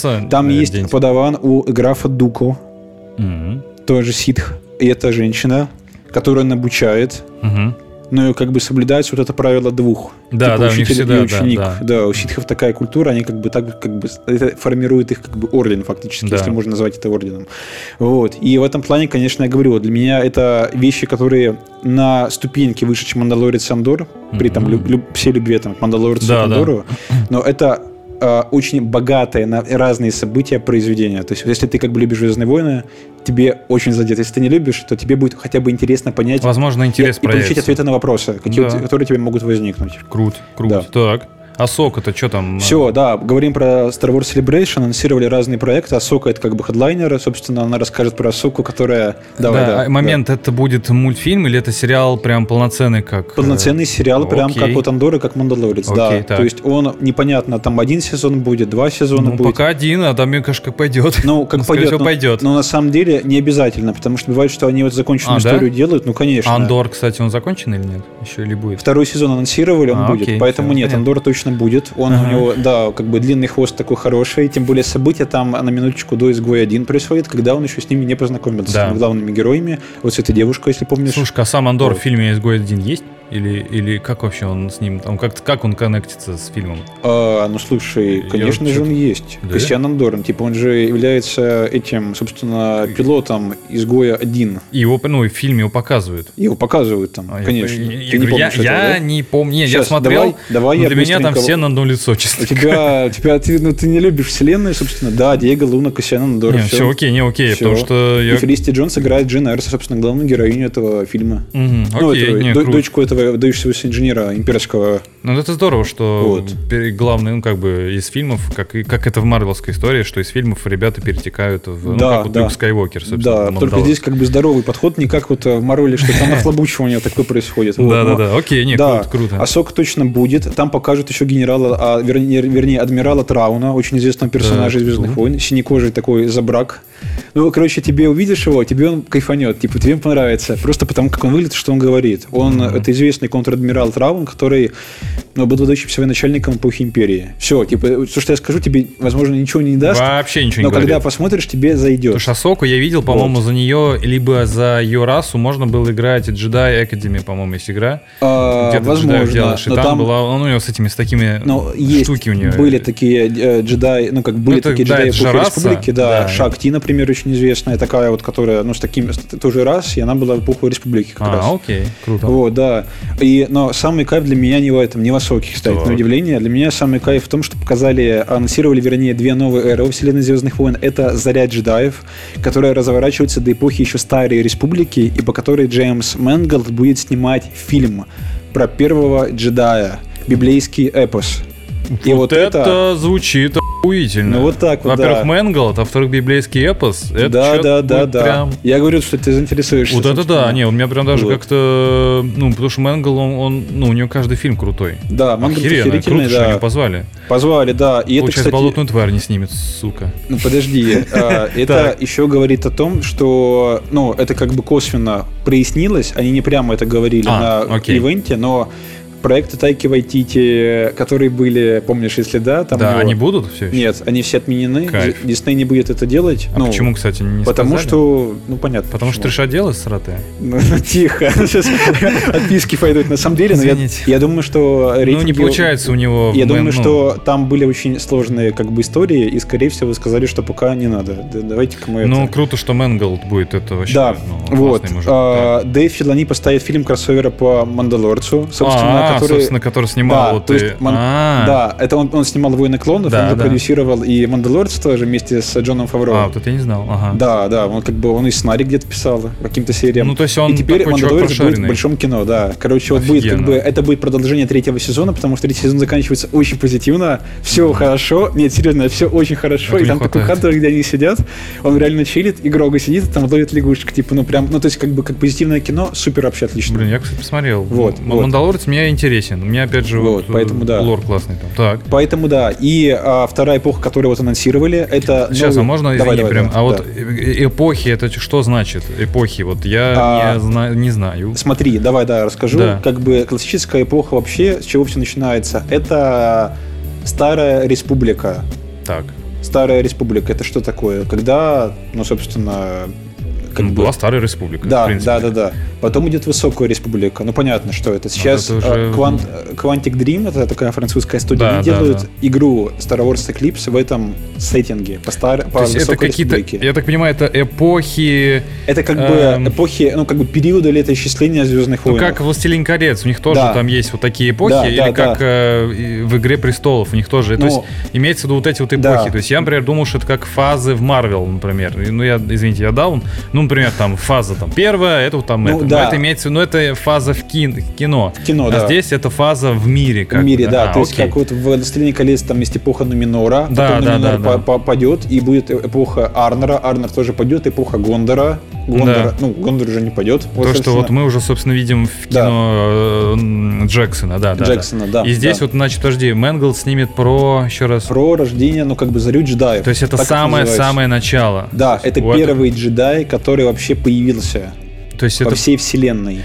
есть подаван у графа Дуку, тоже ситх, и это женщина, которая обучает, но как бы соблюдается вот это правило двух. Да, типа да, учитель и ученик. Да, у ситхов такая культура, они как бы так, как бы это формирует их как бы орден фактически, если можно назвать это орденом. Вот. И в этом плане, конечно, я говорю, для меня это вещи, которые на ступеньке выше, чем Мандалорец и Андор, при там всей любви там, к Мандалорцу и Андору, но это очень богатое на разные события произведения. То есть, если ты как бы любишь «Звездные войны», тебе очень задет. Если ты не любишь, то тебе будет хотя бы интересно понять. Возможно, интерес и получить ответы на вопросы, которые тебе могут возникнуть. Круто. Так. Ahsoka-то что там? Все, да, говорим про Star Wars Celebration, анонсировали разные проекты. Ahsoka — это как бы хедлайнер, собственно, она расскажет про Ahsoku, которая... Момент, это будет мультфильм или это сериал прям полноценный, как... Полноценный сериал, прям как вот Андора, как Мандалорец, да. Так. То есть он, непонятно, там 1 сезон будет, 2 сезона будет. Пока 1, а там, мне кажется, как пойдет. Как пойдет. Но на самом деле не обязательно, потому что бывает, что они вот законченную историю делают, конечно. Андор, кстати, он закончен или нет? Еще или будет? 2 сезон анонсировали, он будет, поэтому нет, Андор точно будет. Он у него, да, как бы длинный хвост такой хороший, тем более события там на минуточку до «Изгоя 1» происходит, когда он еще с ними не познакомился, с главными героями, вот с этой девушкой, если помнишь. Слушай, а сам Андор в фильме «Изгой 1» есть? Или как вообще он с ним, там, как он коннектится с фильмом? Слушай, конечно же он есть. Да? Кассиан Андор, он же является этим, собственно, пилотом «Изгоя 1». И его, в фильме его показывают. Его показывают там, конечно. Ты не помнишь этого, да? Не помню. Нет, я смотрел, давай для меня там все на одно лицо, честно. Ты не любишь вселенную, собственно. Да, Диего Луна, Кассиан Андор. Все окей, потому что... И Фелисити Джонс играет Джин Эрс, собственно, главную героиню этого фильма. Дочку этого выдающегося инженера имперского. Это здорово, что главное, из фильмов, как это в марвелской истории, что из фильмов ребята перетекают в, как Люк Скайуокер, собственно. Да, только здесь здоровый подход, не как вот в Марвеле, что там нахлобучивание такое происходит. Да, окей, круто. Ahsoka точно будет, там покажут еще генерала, вернее, адмирала Трауна, очень известного персонажа «Звездных войн», синекожий такой забрак. Тебе увидишь его, тебе он кайфанет, тебе понравится, просто потому, как он выглядит, что он говорит. Это известный контр-адмирал Траун, который был выдающимся военачальником эпохи Империи. Все, то, что я скажу, тебе, возможно, ничего не даст. Вообще ничего не говорит. Но когда посмотришь, тебе зайдет. Потому что Ahsoka я видел, по-моему, за нее, либо за ее расу можно было играть Jedi Academy, по-моему, есть игра. Возможно. Делаешь, и там была, у него с такими штуки у нее. Были такие джедаи, были такие джедаи эпохи Республики, да. Шакти, например, очень известная, такая вот, которая, с таким, тоже рас, и она была в эпоху Республики как раз. Окей, круто. Да. Но самый кайф для меня не в этом, не в Ahsoke, кстати, на удивление. Для меня самый кайф в том, что анонсировали, 2 новые эры во вселенной «Звездных войн». Это «Заря джедаев», которая разворачивается до эпохи еще Старой Республики, и по которой Джеймс Мэнголд будет снимать фильм про первого джедая, библейский эпос. И вот это звучит охуительно. Вот так вот, во-первых, Мэнголд, а во-вторых, библейский эпос. Да. Прям... Я говорю, что ты заинтересуешься. Вот это да. Не, у меня прям даже как-то... потому что Мэнгол, он у него каждый фильм крутой. Да, Мэнгол охерительный, круто, что его позвали. Позвали, да. И получается, это, кстати... болотную тварь не снимет, сука. Подожди. Это еще говорит о том, что... это косвенно прояснилось. Они не прямо это говорили на ивенте, но... Проекты Тайки Вайтити, которые были, помнишь, если да, там они будут все еще? Нет, они все отменены. Дисней не будет это делать. Почему, кстати, не потому сказали? Что, понятно. Потому почему. Что решаделы сратые? Тихо. Сейчас отписки пойдут. На самом деле, я думаю, что рейтинги... не получается у него... Я думаю, что там были очень сложные истории, и, скорее всего, вы сказали, что пока не надо. Давайте-ка мы это... круто, что Мэнголд будет это вообще. Да, вот. Дэйв Филони поставит фильм кроссовера по Мандалорцу, собственно, который снимал. Да, это он снимал «Войны клонов», он продюсировал и «Мандалорец» тоже вместе с Джоном Фавро. Вот это я не знал. Да, он и сценарий где-то писал по каким-то сериям. То есть он и теперь «Мандалорец» будет в большом кино, да. Короче, это будет продолжение 3-го сезона, потому что 3-й сезон заканчивается очень позитивно, все хорошо. Нет, серьезно, все очень хорошо. И там такой кадр, где они сидят, он реально чилит, и Грога сидит, там ловит лягушек, то есть как позитивное кино, супер вообще отлично. Я, кстати, посмотрел. «Мандалорец» меня интересен. У меня, опять же, поэтому, лор классный там. Так. Поэтому, да. И вторая эпоха, которую анонсировали, это... Сейчас, можно, извини, прям... эпохи, это что значит? Эпохи, я не знаю. Смотри, давай, расскажу. Да. Классическая эпоха вообще, с чего все начинается? Это Старая Республика. Так. Старая Республика, это что такое? Когда, собственно... Была Старая Республика. Да. Потом идет Высокая Республика. Понятно, что это. Сейчас Quantic Dream, это такая французская студия, они делают игру Star Wars Eclipse в этом сеттинге по Высокой Республике. Я так понимаю, это эпохи... Это эпохи, периода летоисчисления Звездных войн. Как «Властелин колец», у них тоже там есть вот такие эпохи, или как в «Игре престолов», у них тоже. То есть имеется в виду вот эти вот эпохи. То есть я, например, думал, что это как фазы в Марвел, например. Извините, я даун. Например, там фаза первая, это вот там это. Да. Но это имеется, это фаза в кино. Да. Здесь это фаза в мире. В мире, да. То есть, как вот в «Властелине колец» там есть эпоха Нуминора, потом Нуминор падет, и будет эпоха Арнора, Арнор тоже падет, эпоха Гондора. Гондор уже не падет. То, что вот мы уже, собственно, видим в кино Джексона, Джексона, да. И здесь вот, значит, подожди, Мэнгл снимет про рождение, зарю джедаев. То есть это самое начало. Да, это первый джедай, который вообще появился. То есть во всей вселенной.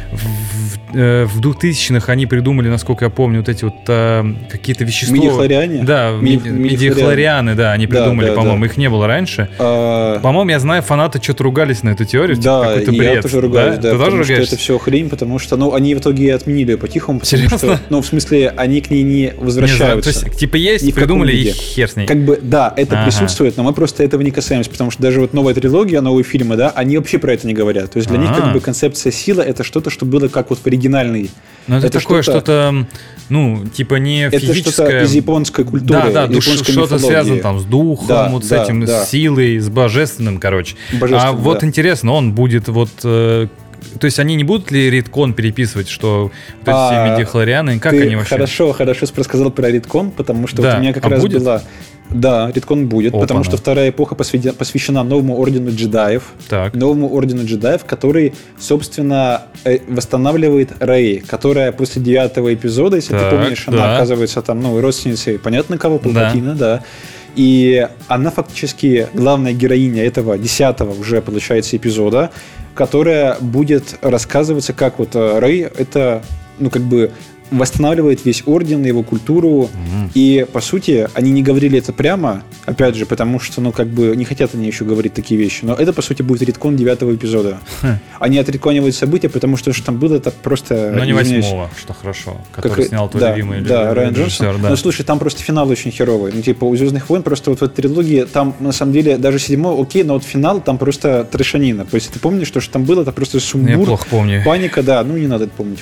В 2000-х они придумали, насколько я помню, вот эти вот какие-то вещества. Мидихлориане? Да, мидихлорианы, да, они придумали, по-моему. Их не было раньше. По-моему, я знаю, фанаты что-то ругались на эту теорию. Да, какой-то бред. Я тоже ругаюсь, да. Потому что это все хрень, потому что, они в итоге отменили ее по-тихому. Серьезно? В смысле, они к ней не возвращаются. То есть, есть, придумали, и хер с ней. Да, это присутствует, но мы просто этого не касаемся, потому что даже вот новая трилогия, новые фильмы, они вообще про это не говорят. То есть для них концепция силы — это что-то, что было как вот в оригинальной. Но это такое что-то, типа не физическое. Это что-то из японской культуры. Да, что-то связано там с духом, с этим, с силой, с божественным, короче. А вот интересно, он будет вот... То есть они не будут ли риткон переписывать, что вот эти все мидихлорианы, как они вообще? Хорошо рассказал про риткон, потому что вот у меня как раз была... Да, риткон будет, потому что вторая эпоха посвящена новому ордену джедаев. Новому ордену джедаев, который, собственно, восстанавливает Рей, которая после 9-го эпизода, если ты помнишь, она оказывается там, родственницей, понятно кого, Палпатина, да. И она фактически главная героиня этого 10-го уже, получается, эпизода, которая будет рассказываться, как вот Рей это, восстанавливает весь орден, его культуру. И, по сути, они не говорили это прямо, опять же, потому что, не хотят они еще говорить такие вещи. Но это, по сути, будет риткон 9-го эпизода. Они отритконивают события, потому что там было это просто... Но не 8-го, что хорошо, который снял твой любимый Райан Джонсон. Но, слушай, там просто финал очень херовый. У «Звездных войн» просто вот в этой трилогии, там, на самом деле, даже 7-й, окей, но вот финал там просто трешанина. То есть ты помнишь, что там было, это просто сумбур, я плохо помню. Паника, не надо это помнить.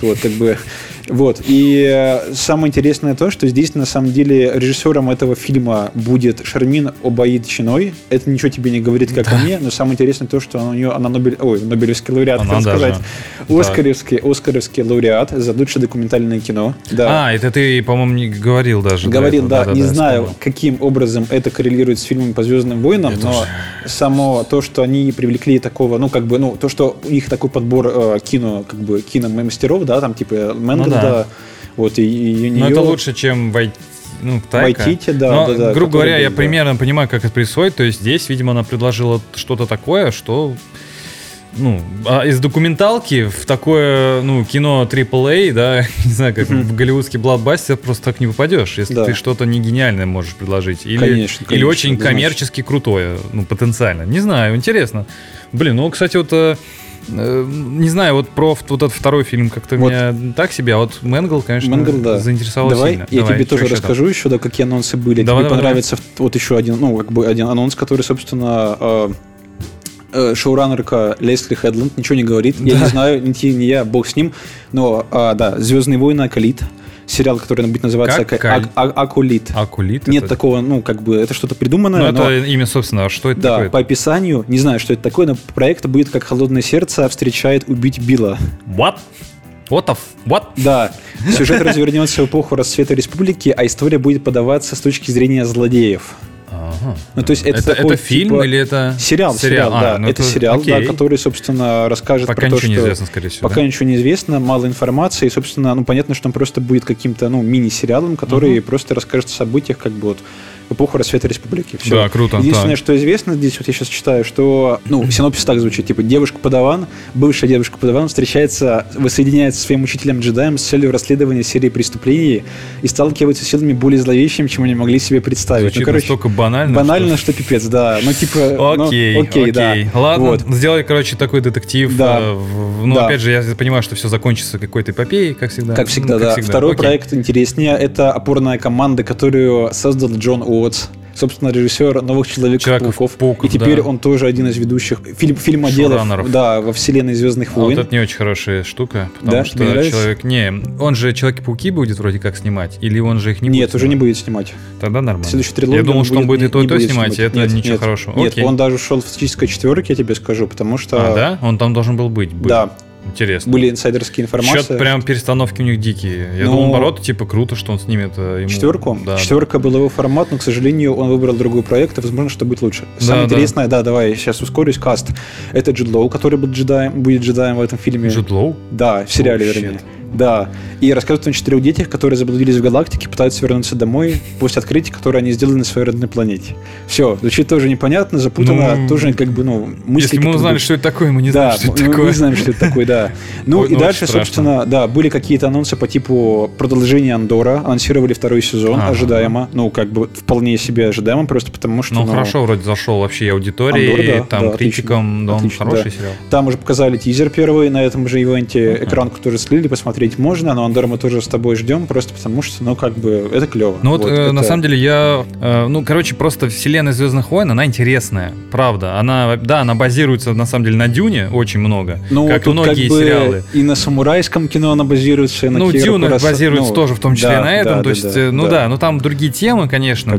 Вот. И самое интересное то, что здесь, на самом деле, режиссером этого фильма будет Шармин Обаид-Чиной. Это ничего тебе не говорит, как о мне, но самое интересное то, что она Нобелевский лауреат, хотел сказать. Оскаровский лауреат за лучшее документальное кино. Да. Это ты, по-моему, не говорил даже. Говорил, да. Не знаю, каким образом это коррелирует с фильмом по «Звездным войнам», но само то, что они привлекли такого, то, что у них такой подбор киномастеров, да, там типа Мэнгл, вот, и но это лучше, чем Вайтити, да. Грубо говоря, я примерно понимаю, как это происходит. То есть здесь, видимо, она предложила что-то такое, что... из документалки в такое, кино AAA, да, не знаю, как в голливудский блокбастер, просто так не попадешь, если ты что-то не гениальное можешь предложить. Или очень коммерчески крутое, потенциально. Не знаю, интересно. Кстати, вот... Не знаю, вот про вот этот второй фильм как-то меня так себе, а вот Мэнгл, конечно, заинтересовал сильно. Я тебе тоже расскажу еще, какие анонсы были. Тебе понравится вот еще один, один анонс, который, собственно, шоураннерка Лесли Хедланд ничего не говорит. Я не знаю, не я, бог с ним, но, «Звездные войны. Аколит». Сериал, который будет называться «Аколит». «Аколит»? Нет такого, это что-то придуманное. Это имя, собственно, что это такое? Да, по описанию, не знаю, что это такое, но проект будет как «Холодное сердце встречает убить Билла». What? What? Да. Сюжет развернется в эпоху расцвета республики, а история будет подаваться с точки зрения злодеев. То есть это фильм или это сериал? Да, это сериал, который, собственно, расскажет про то, что... Пока ничего не известно, скорее всего. Пока ничего не известно, мало информации, и, собственно, понятно, что он просто будет каким-то, мини-сериалом, который просто расскажет о событиях, в эпоху расцвета республики. Все. Да, круто. Единственное, что известно здесь, вот я сейчас читаю, что, синопсис так звучит, девушка-подаван, бывшая девушка-подаван воссоединяется со своим учителем-джедаем с целью расследования серии преступлений и сталкивается с силами более зловещими, чем они могли себе представить. Звучит настолько банально. Банально, что пипец, да. Окей. Да. Ладно, сделай, такой детектив. Да. Опять же, я понимаю, что все закончится какой-то эпопеей, как всегда. Как всегда, да. Второй проект интереснее. Это опорная команда, которую создал Джон Уотс, собственно, режиссер «Новых Человеков-пауков». И теперь он тоже один из ведущих фильмоделов во вселенной «Звездных войн». Вот это не очень хорошая штука, потому что человек... он же «Человеки-пауки» будет вроде как снимать, или он же их не будет? Нет, уже не будет снимать. Тогда нормально. Следующую трилогию я думал, что он будет и то снимать, и это ничего хорошего. Нет, он даже ушел в «Фантастической четверке», я тебе скажу, потому что... да? Он там должен был быть. Да. Интересно. Были инсайдерские информации. Счет прям перестановки у них дикие. Я думал, наоборот, типа круто, что он снимет ему... Четверку? Да. Четверка был его формат, но, к сожалению, он выбрал другой проект, и, возможно, что будет лучше. Самое интересное, давай, сейчас ускорюсь, каст. Это Джуд Лоу, который будет джедаем в этом фильме. Джуд Лоу? Да, в сериале, вернее. Да. И рассказывают о 4 детях, которые заблудились в галактике, пытаются вернуться домой после открытий, которые они сделали на своей родной планете. Все, звучит тоже непонятно, запутанно, тоже как бы, мысли... Если мы узнали, что это такое, мы не знаем, что это такое. Да, мы знаем, что это такое, да. И дальше, собственно, да, были какие-то анонсы по типу продолжения Андора, анонсировали 2-й сезон, ожидаемо, как бы вполне себе ожидаемо, просто потому что... хорошо вроде зашел вообще и аудитории, там, критикам, он хороший сериал. Там уже показали тизер первый, на этом же ивенте экранку тоже слили, посмотреть можно, но Андор мы тоже с тобой ждем, просто потому что, как бы, это клево. На самом деле я... просто вселенная «Звездных войн», она интересная, правда. Она базируется, на самом деле, на «Дюне» очень много, как и многие сериалы. И на самурайском кино она базируется, и на «Дюна» базируется тоже, в том числе на этом, то есть, там другие темы, конечно,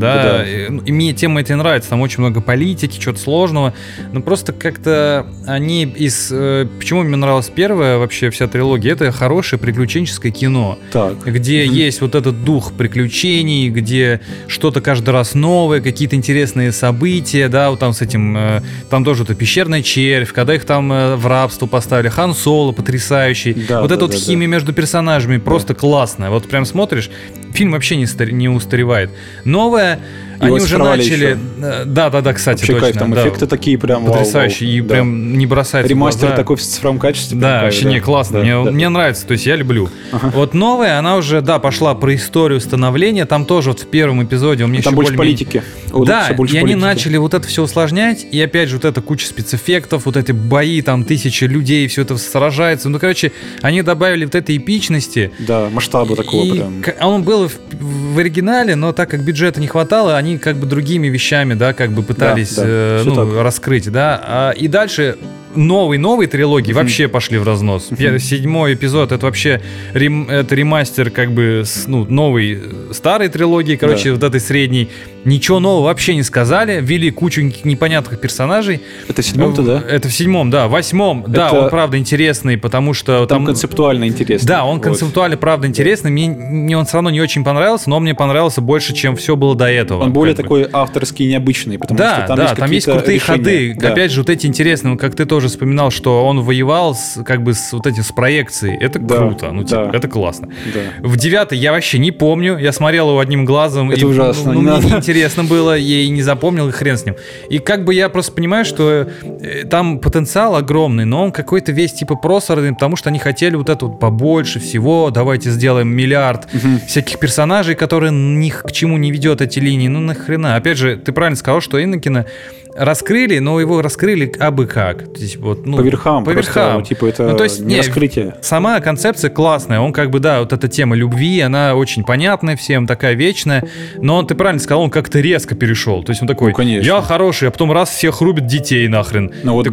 и мне темы эти нравятся, там очень много политики, чего-то сложного, но просто как-то они Почему мне нравилась первая вообще вся трилогия? Это хорошее приключенческое кино, где есть вот этот дух приключений, где что-то каждый раз новое, какие-то интересные события, да, вот там с этим, там тоже это пещерный червь, когда их там в рабство поставили, Хан Соло потрясающий, эта химия между персонажами просто классная, вот прям смотришь, фильм вообще не устаревает. Новое, они уже начали... Да, кстати, вообще точно. Кайф, там эффекты такие прям потрясающие, и прям не бросается ремастер в глаза. Такой в цифровом качестве. Да, вообще не классно. Мне нравится, то есть я люблю. Вот новая, она уже, пошла про историю становления, там тоже вот в первом эпизоде у меня там еще больше политики. Да, и они начали вот это все усложнять, и опять же вот эта куча спецэффектов, вот эти бои, там тысячи людей, все это сражается. Они добавили вот этой эпичности. Да, масштаба такого прям. Он был в оригинале, но так как бюджета не хватало, они как бы другими вещами, как бы пытались раскрыть, да. И дальше новой трилогии вообще пошли в разнос. 7-й эпизод — это вообще это ремастер как бы новой старой трилогии, вот этой средней. Ничего нового вообще не сказали, ввели кучу непонятных персонажей. Это в 7-м-то, да? Это в 7-м, да. В 8-м, да, он правда интересный, потому что там концептуально интересный. Да, он концептуально правда интересный. Мне он все равно не очень понравился, но он мне понравился больше, чем все было до этого. Он более такой авторский и необычный, потому что там есть крутые решения. ходы. Опять же, вот эти интересные, как ты тоже вспоминал, что он воевал с проекцией. Это круто, это классно. Да. В 9-й я вообще не помню, я смотрел его одним глазом. Это ужасно. Мне неинтересно было, я и не запомнил, и хрен с ним. И как бы я просто понимаю, что там потенциал огромный, но он какой-то весь типа просорный, потому что они хотели вот это вот побольше всего, давайте сделаем миллиард всяких персонажей, которые ни к чему не ведет эти линии, нахрена. Опять же, ты правильно сказал, что Энакина раскрыли, но его раскрыли абы как. То есть, по верхам. Просто, это то есть, не раскрытие. Сама концепция классная. Он как бы, вот эта тема любви, она очень понятная всем, такая вечная. Но ты правильно сказал, он как-то резко перешел. То есть он такой, я хороший, а потом раз всех рубит детей нахрен.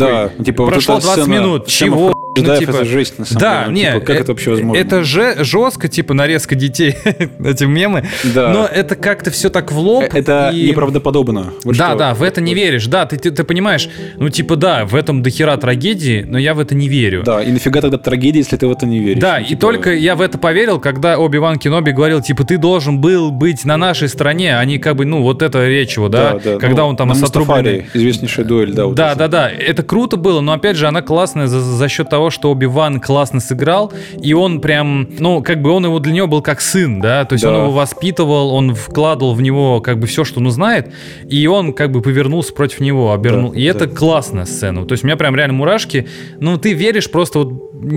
Прошло 20 минут. Чего? Это жесть, на самом деле. Как это вообще возможно? Это же жестко, нарезка детей, эти мемы. Да. Но это как-то все так в лоб. Это неправдоподобно. Да, в это не веришь. Да, ты понимаешь, в этом дохера трагедии, но я в это не верю. Да, и нафига тогда трагедия, если ты в это не веришь? Да, и только я в это поверил, когда Оби-Ван Кеноби говорил, ты должен был быть на нашей стороне, а не вот это речь его, когда он там отрубленный. Известнейшая дуэль, да. Да, это круто было, но опять же, она классная за счет того, что Оби-Ван классно сыграл, и он прям, он для него был как сын, да, то есть он его воспитывал, он вкладывал в него все, что он знает, и он повернулся против него, обернул. И это классная сцена. То есть у меня прям реально мурашки. Ты веришь просто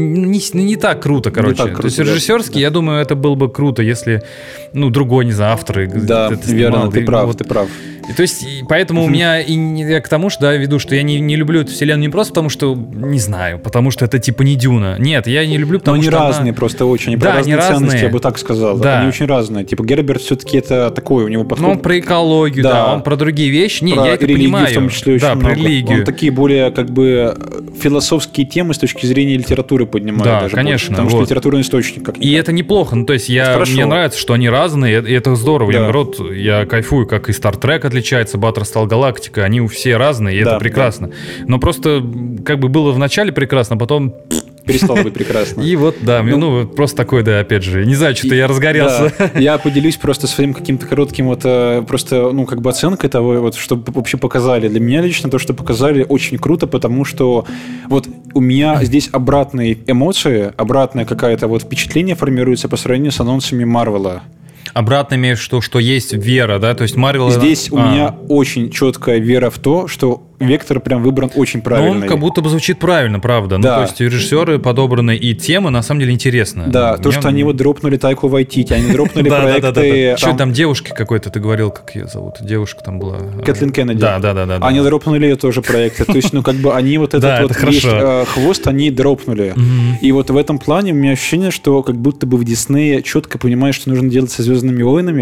не так круто, короче. Так круто, то есть режиссерский, я думаю, это было бы круто, если, другой, не знаю, автор это снимал. Верно, ты прав. То есть, поэтому у меня я к тому, что веду, что я не люблю эту вселенную не просто потому, что, не знаю, потому что это не Дюна. Нет, я не люблю, потому что они разные просто очень. Про разные ценности, я бы так сказал. Да. Они очень разные. Герберт все-таки это такой, у него подход. Он про экологию, он про другие вещи. Не, я это понимаю. В том числе очень про религию. Он такие более философские темы с точки зрения литературы поднимает. Да, даже конечно. Больше, потому что литературный источник как-никак. И это неплохо. То есть мне нравится, что они разные, и это здорово. Да. Я кайфую, как и Star Trek отличается, Battlestar Galactica, они все разные, и это прекрасно. Но просто было в начале прекрасно, а потом перестало быть прекрасно. И вот, да, ну, просто такой, да, опять же, не знаю, что-то я разгорелся. Да, я поделюсь просто своим каким-то коротким вот, просто, ну, как бы оценкой того, вот, что вообще показали. Для меня лично то, что показали, очень круто, потому что вот у меня здесь обратные эмоции, обратное какое-то вот впечатление формируется по сравнению с анонсами Марвела. Обратно имеешь, что есть вера, да? То есть Марвел... Здесь у меня очень четкая вера в то, что вектор прям выбран очень правильный. Ну, он как будто бы звучит правильно, правда. Да. Ну, то есть режиссеры подобраны, и тема на самом деле интересная. Да, то, что они вот дропнули Тайку Вайтити, они дропнули проекты... Что там девушки какой-то, ты говорил, как ее зовут? Девушка там была... Кэтлин Кеннеди. Да. Они дропнули ее тоже проекты. То есть, ну, как бы они вот этот вот весь хвост, они дропнули. И вот в этом плане у меня ощущение, что как будто бы в Диснее четко понимают, что нужно делать со «Звездными войнами»,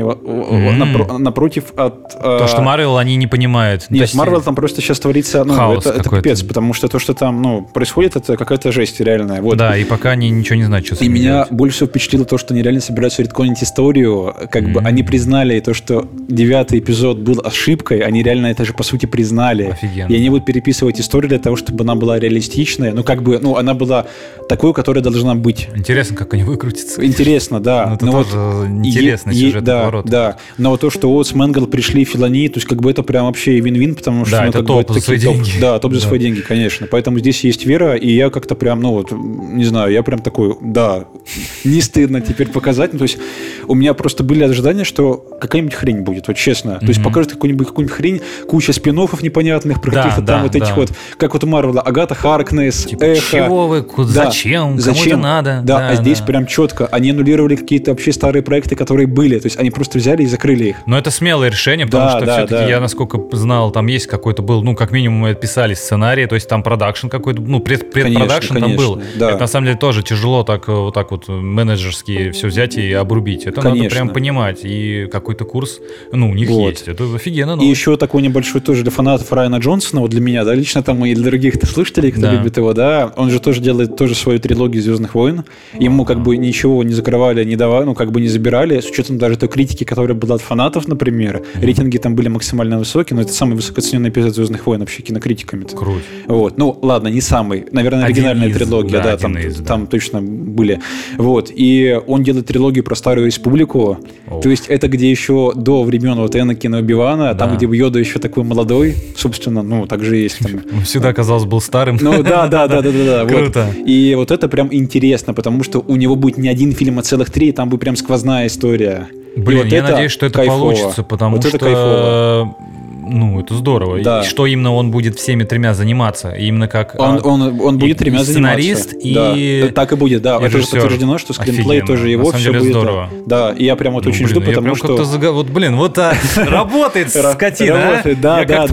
напротив от... То, что Марвел они не понимают. Нет, Марвел там просто сейчас творится, ну, это пипец, потому что то, что там, ну, происходит, это какая-то жесть реальная. Вот. Да, и пока они ничего не знают, что с этим делать. И меня больше всего впечатлило то, что они реально собираются редконить историю, как бы они признали то, что 9-й эпизод был ошибкой, они реально это же по сути признали. Офигенно. И они будут переписывать историю для того, чтобы она была реалистичная, ну, как бы, ну, она была такой, которая должна быть. Интересно, как они выкрутятся. Интересно, да. Это тоже вот интересный сюжетный поворот. Да, но вот то, что Оутс, Мэнгл пришли в Филони, то есть как бы это прям вообще вин-вин, потому что... Да, ну, это как топ бы, за свои деньги. Да, топ за свои деньги, конечно. Поэтому здесь есть вера, и я как-то прям, ну вот, не знаю, я прям такой, да, не стыдно теперь показать. Ну, то есть у меня просто были ожидания, что какая-нибудь хрень будет, вот честно. То есть покажут какую-нибудь хрень, куча спин-оффов непонятных про каких-то там вот этих вот, как вот у Марвела, Агата Харкнесс, типа, Эхо. Чего вы, зачем, кому это надо? Да, а здесь прям четко. Они аннулировали какие-то вообще старые проекты, которые были. То есть они просто взяли и закрыли их. Но это смелое решение, потому что все-таки я, насколько знал, там есть какой-то был, ну, как минимум, мы писали сценарий, то есть там продакшн какой-то, ну, предпродакшн там был. Да. Это на самом деле тоже тяжело вот так вот менеджерски все взять и обрубить. Это надо прям понимать. И какой-то курс, ну, у них есть. Это офигенно. И еще такой небольшой тоже для фанатов Райана Джонсона, вот для меня, да, лично там и для других слушателей, кто любит его, да, он же тоже делает тоже свою трилогию «Звездных войн». Ему как бы ничего не закрывали, не давали, ну, как бы не забирали, с учетом даже той критики, которая была от фанатов, например. Рейтинги там были максимально высокие, но это самый высокооцененный эпизод «Звездных войн» вообще кинокритиками-то. Круто. Вот. Ну, ладно, не самый. Наверное, оригинальная трилогия, да, там точно были. Вот. И он делает трилогию про Старую Республику. То есть это где еще до времен вот Энакина и Оби-Вана, там, где Йода еще такой молодой, собственно, ну, так же есть. Там. Он всегда, казалось, был старым. Ну, да. Круто. Вот. И вот это прям интересно, потому что у него будет не один фильм, а целых 3, и там будет прям сквозная история. Блин, вот я надеюсь, что это получится, потому вот что... это кайфово. Ну, это здорово. Да. И что именно он будет всеми 3 заниматься? Именно как он будет 3 заниматься. Сценарист и... Да. Так и будет, да. Это же подтверждено, что скринплей тоже его, все будет. Здорово. Да, и я прям вот очень жду, потому что... Вот, блин, вот работает скотина, да? Я как-то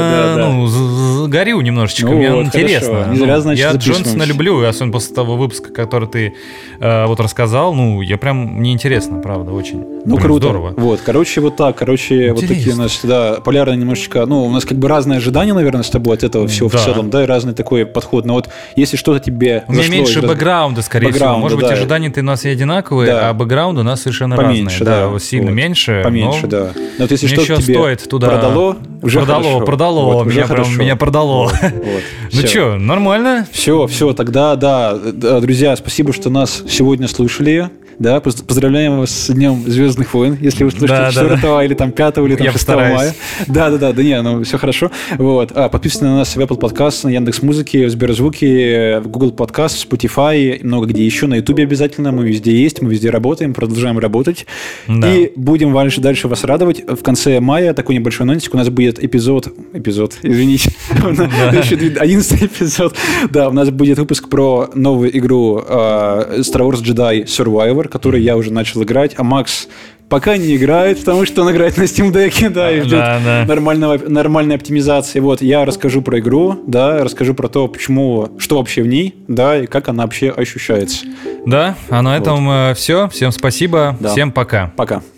прям горю немножечко, мне интересно. Не зря, значит, я Джонсона люблю, особенно после того выпуска, который ты вот рассказал, ну, я прям, мне интересно, правда, очень. Ну, круто. Здорово. Вот, короче, вот так, вот такие у нас, да, полярные немножечко, ну, у нас как бы разные ожидания, наверное, с тобой от этого всего в целом, да, и разный такой подход. Но вот если что-то тебе у меня меньше бэкграунда, скорее всего. Может быть, ожидания-то у нас и одинаковые, а бэкграунды у нас совершенно поменьше, разные. Да, сильно меньше. Поменьше, да. Но вот если что-то тебе стоит туда... Продало. Вот, меня продало. Ну что, нормально? Все, тогда, да. Друзья, спасибо, что нас сегодня слушали. Да, поздравляем вас с Днем Звездных войн, если вы слушаете 4 или там 5 или там 6 мая. Да, не, все хорошо. Вот. Подписывайтесь на нас в Apple Podcast, на Яндекс.Музыке, в Сберзвуке, в Google Podcast, Spotify, много где еще, на YouTube обязательно. Мы везде есть, мы везде работаем, продолжаем работать. Да. И будем дальше вас радовать. В конце мая такой небольшой анонсик. У нас будет эпизод, извините, 11 эпизод. Да, у нас будет выпуск про новую игру Star Wars Jedi Survivor, который я уже начал играть, а Макс пока не играет, потому что он играет на Steam Deck, да, и ждет нормальной оптимизации. Вот, я расскажу про игру, да, расскажу про то, что вообще в ней, да, и как она вообще ощущается. Да, а на этом все. Всем спасибо, всем пока. Пока.